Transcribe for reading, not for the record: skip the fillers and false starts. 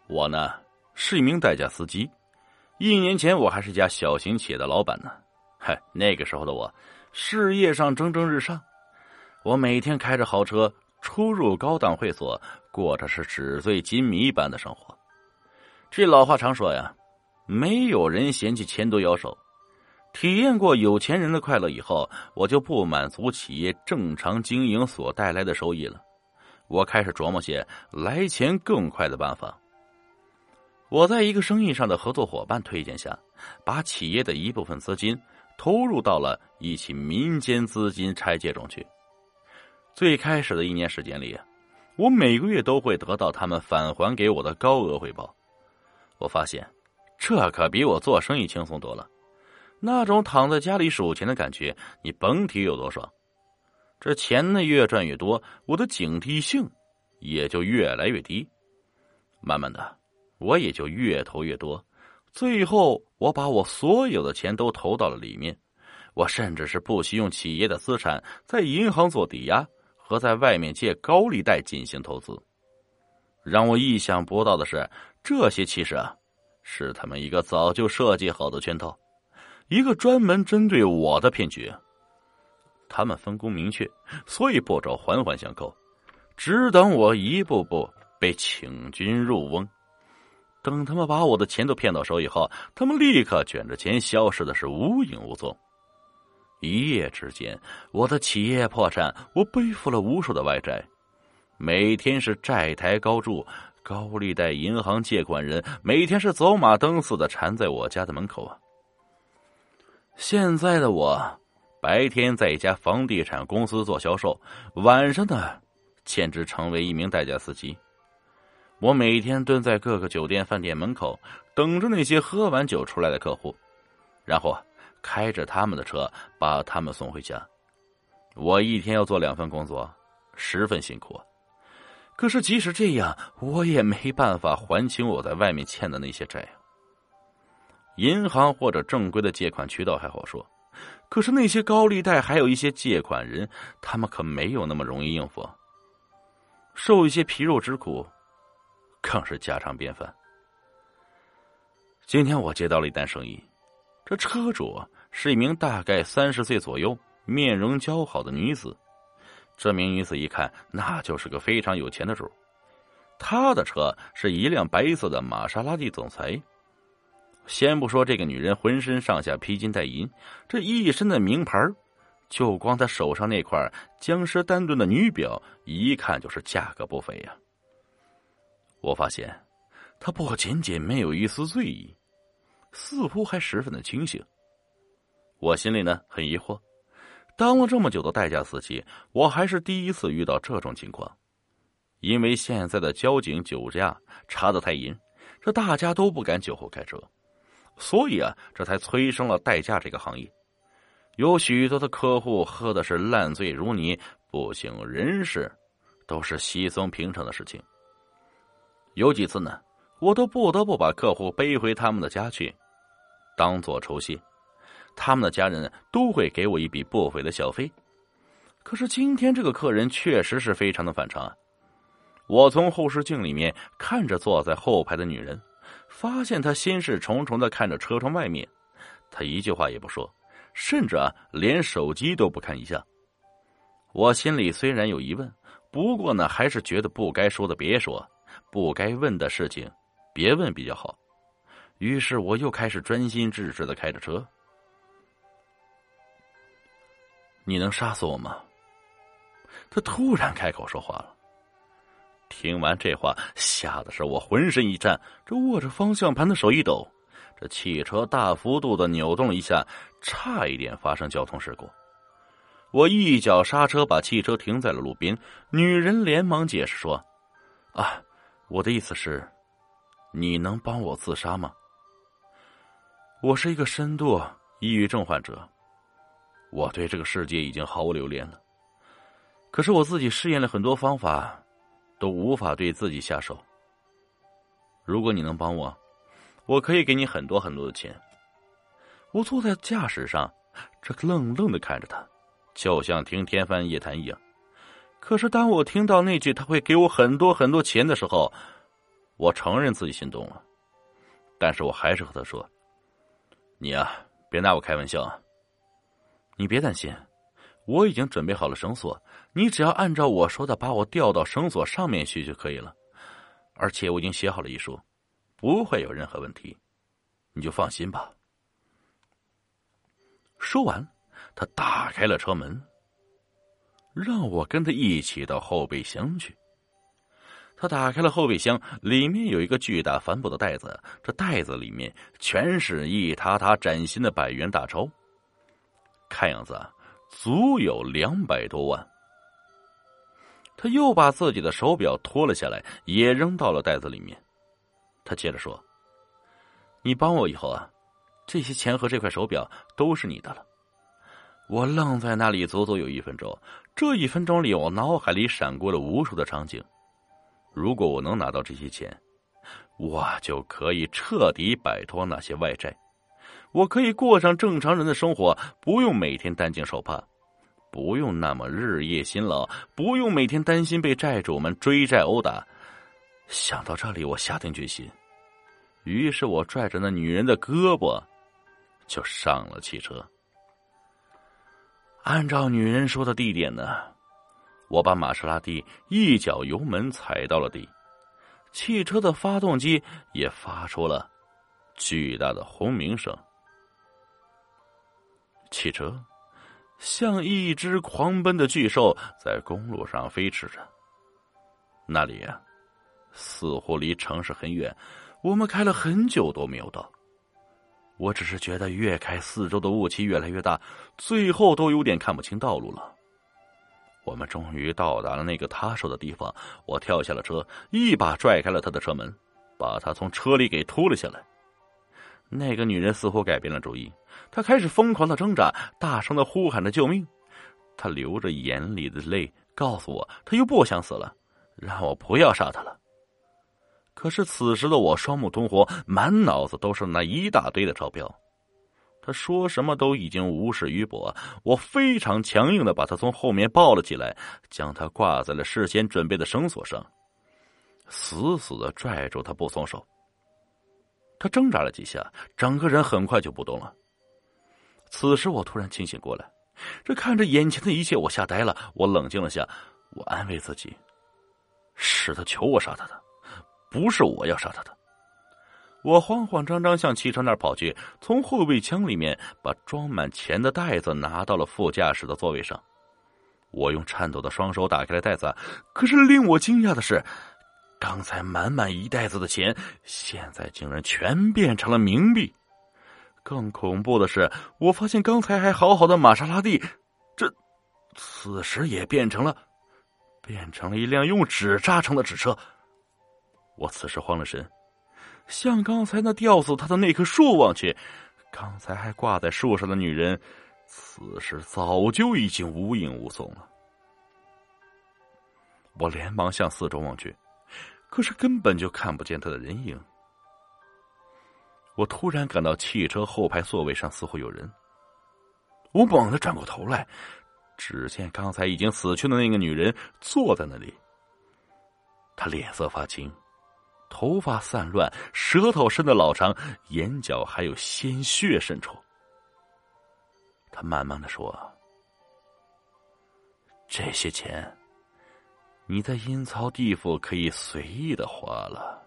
我呢是一名代驾司机，1年前我还是一家小型企业的老板呢。那个时候的我事业上蒸蒸日上，我每天开着豪车出入高档会所，过着是纸醉金迷般的生活。这老话常说呀，没有人嫌弃钱多要手。体验过有钱人的快乐以后，我就不满足企业正常经营所带来的收益了。我开始琢磨些来钱更快的办法。我在一个生意上的合作伙伴推荐下，把企业的一部分资金投入到了一起民间资金拆借中去。最开始的1年时间里，我每个月都会得到他们返还给我的高额回报。我发现这可比我做生意轻松多了。那种躺在家里数钱的感觉，你甭提有多爽。这钱呢越赚越多，我的警惕性也就越来越低。慢慢的，我也就越投越多，最后我把我所有的钱都投到了里面。我甚至是不惜用企业的资产在银行做抵押，和在外面借高利贷进行投资。让我意想不到的是，这些其实是他们一个早就设计好的圈套，一个专门针对我的骗局。他们分工明确，所以步骤环环相扣，只等我一步步被请君入瓮。等他们把我的钱都骗到手以后，他们立刻卷着钱消失的是无影无踪。一夜之间，我的企业破产，我背负了无数的外债，每天是债台高筑，高利贷银行借款人每天是走马灯似的缠在我家的门口。现在的我白天在一家房地产公司做销售，晚上呢兼职成为一名代驾司机。我每天蹲在各个酒店饭店门口，等着那些喝完酒出来的客户，然后开着他们的车把他们送回家。我一天要做2份工作，十分辛苦。可是即使这样，我也没办法还清我在外面欠的那些债。银行或者正规的借款渠道还好说，可是那些高利贷还有一些借款人，他们可没有那么容易应付，受一些皮肉之苦更是家常便饭。今天我接到了一单生意，这车主是一名大概30岁左右、面容姣好的女子。这名女子一看那就是个非常有钱的主，她的车是一辆白色的玛莎拉蒂总裁。先不说这个女人浑身上下披金戴银，这一身的名牌，就光她手上那块江诗丹顿的女表，一看就是价格不菲呀。我发现她不仅仅没有一丝醉意，似乎还十分的清醒。我心里呢很疑惑，当了这么久的代驾司机，我还是第一次遇到这种情况。因为现在的交警酒驾查得太严，这大家都不敢酒后开车，所以这才催生了代驾这个行业。有许多的客户喝的是烂醉如泥，不省人事，都是稀松平常的事情。有几次呢，我都不得不把客户背回他们的家去，当作酬谢。他们的家人都会给我一笔不菲的小费。可是今天这个客人确实是非常的反常。我从后视镜里面看着坐在后排的女人，发现她心事重重的看着车窗外面，她一句话也不说，甚至连手机都不看一下。我心里虽然有疑问，不过呢还是觉得不该说的别说，不该问的事情别问比较好。于是我又开始专心致志的开着车。你能杀死我吗？他突然开口说话了。听完这话，吓得是我浑身一颤，这握着方向盘的手一抖，这汽车大幅度的扭动了一下，差一点发生交通事故。我一脚刹车把汽车停在了路边，女人连忙解释说：我的意思是，你能帮我自杀吗？我是一个深度抑郁症患者，我对这个世界已经毫无留恋了。可是我自己试验了很多方法，都无法对自己下手。如果你能帮我，我可以给你很多很多的钱。我坐在驾驶上，这愣愣的看着他，就像听天方夜谭一样。可是当我听到那句他会给我很多很多钱的时候， 我承认自己心动了，但是我还是和他说：“你啊，别拿我开玩笑啊！你别担心，我已经准备好了绳索，你只要按照我说的把我吊到绳索上面去就可以了。而且我已经写好了遗书，不会有任何问题，你就放心吧。”说完，他打开了车门，让我跟他一起到后备箱去。他打开了后备箱，里面有一个巨大帆布的袋子，这袋子里面全是一沓沓崭新的100元大钞，看样子足有200多万。他又把自己的手表脱了下来，也扔到了袋子里面。他接着说：“你帮我以后这些钱和这块手表都是你的了。”我愣在那里足足有1分钟，这1分钟里，我脑海里闪过了无数的场景。如果我能拿到这些钱，我就可以彻底摆脱那些外债，我可以过上正常人的生活，不用每天担惊受怕，不用那么日夜辛劳，不用每天担心被债主们追债殴打。想到这里，我下定决心，于是我拽着那女人的胳膊就上了汽车。按照女人说的地点呢，我把玛莎拉蒂一脚油门踩到了地，汽车的发动机也发出了巨大的轰鸣声。汽车像一只狂奔的巨兽在公路上飞驰着，那里似乎离城市很远，我们开了很久都没有到。我只是觉得越开四周的雾气越来越大，最后都有点看不清道路了。我们终于到达了那个他说的地方，我跳下了车，一把拽开了他的车门，把他从车里给拖了下来。那个女人似乎改变了主意，她开始疯狂的挣扎，大声的呼喊着救命。她流着眼里的泪告诉我，她又不想死了，让我不要杀她了。可是此时的我双目通红，满脑子都是那一大堆的钞票。他说什么都已经无事于补，我非常强硬的把他从后面抱了起来，将他挂在了事先准备的绳索上，死死的拽住他不松手。他挣扎了几下，整个人很快就不动了。此时我突然清醒过来，这看着眼前的一切，我吓呆了。我冷静了下，我安慰自己，是他求我杀他的，不是我要杀他的。我慌慌张张向汽车那儿跑去，从后备箱里面把装满钱的袋子拿到了副驾驶的座位上。我用颤抖的双手打开了袋子，可是令我惊讶的是，刚才满满一袋子的钱，现在竟然全变成了冥币。更恐怖的是，我发现刚才还好好的玛莎拉蒂，此时也变成了一辆用纸扎成的纸车。我此时慌了神，向刚才那吊死他的那棵树望去，刚才还挂在树上的女人，此时早就已经无影无踪了。我连忙向四周望去，可是根本就看不见她的人影。我突然感到汽车后排座位上似乎有人，我猛地转过头来，只见刚才已经死去的那个女人坐在那里。她脸色发青，头发散乱，舌头伸得老长，眼角还有鲜血渗出。她慢慢的说：“这些钱，你在阴曹地府可以随意的花了。”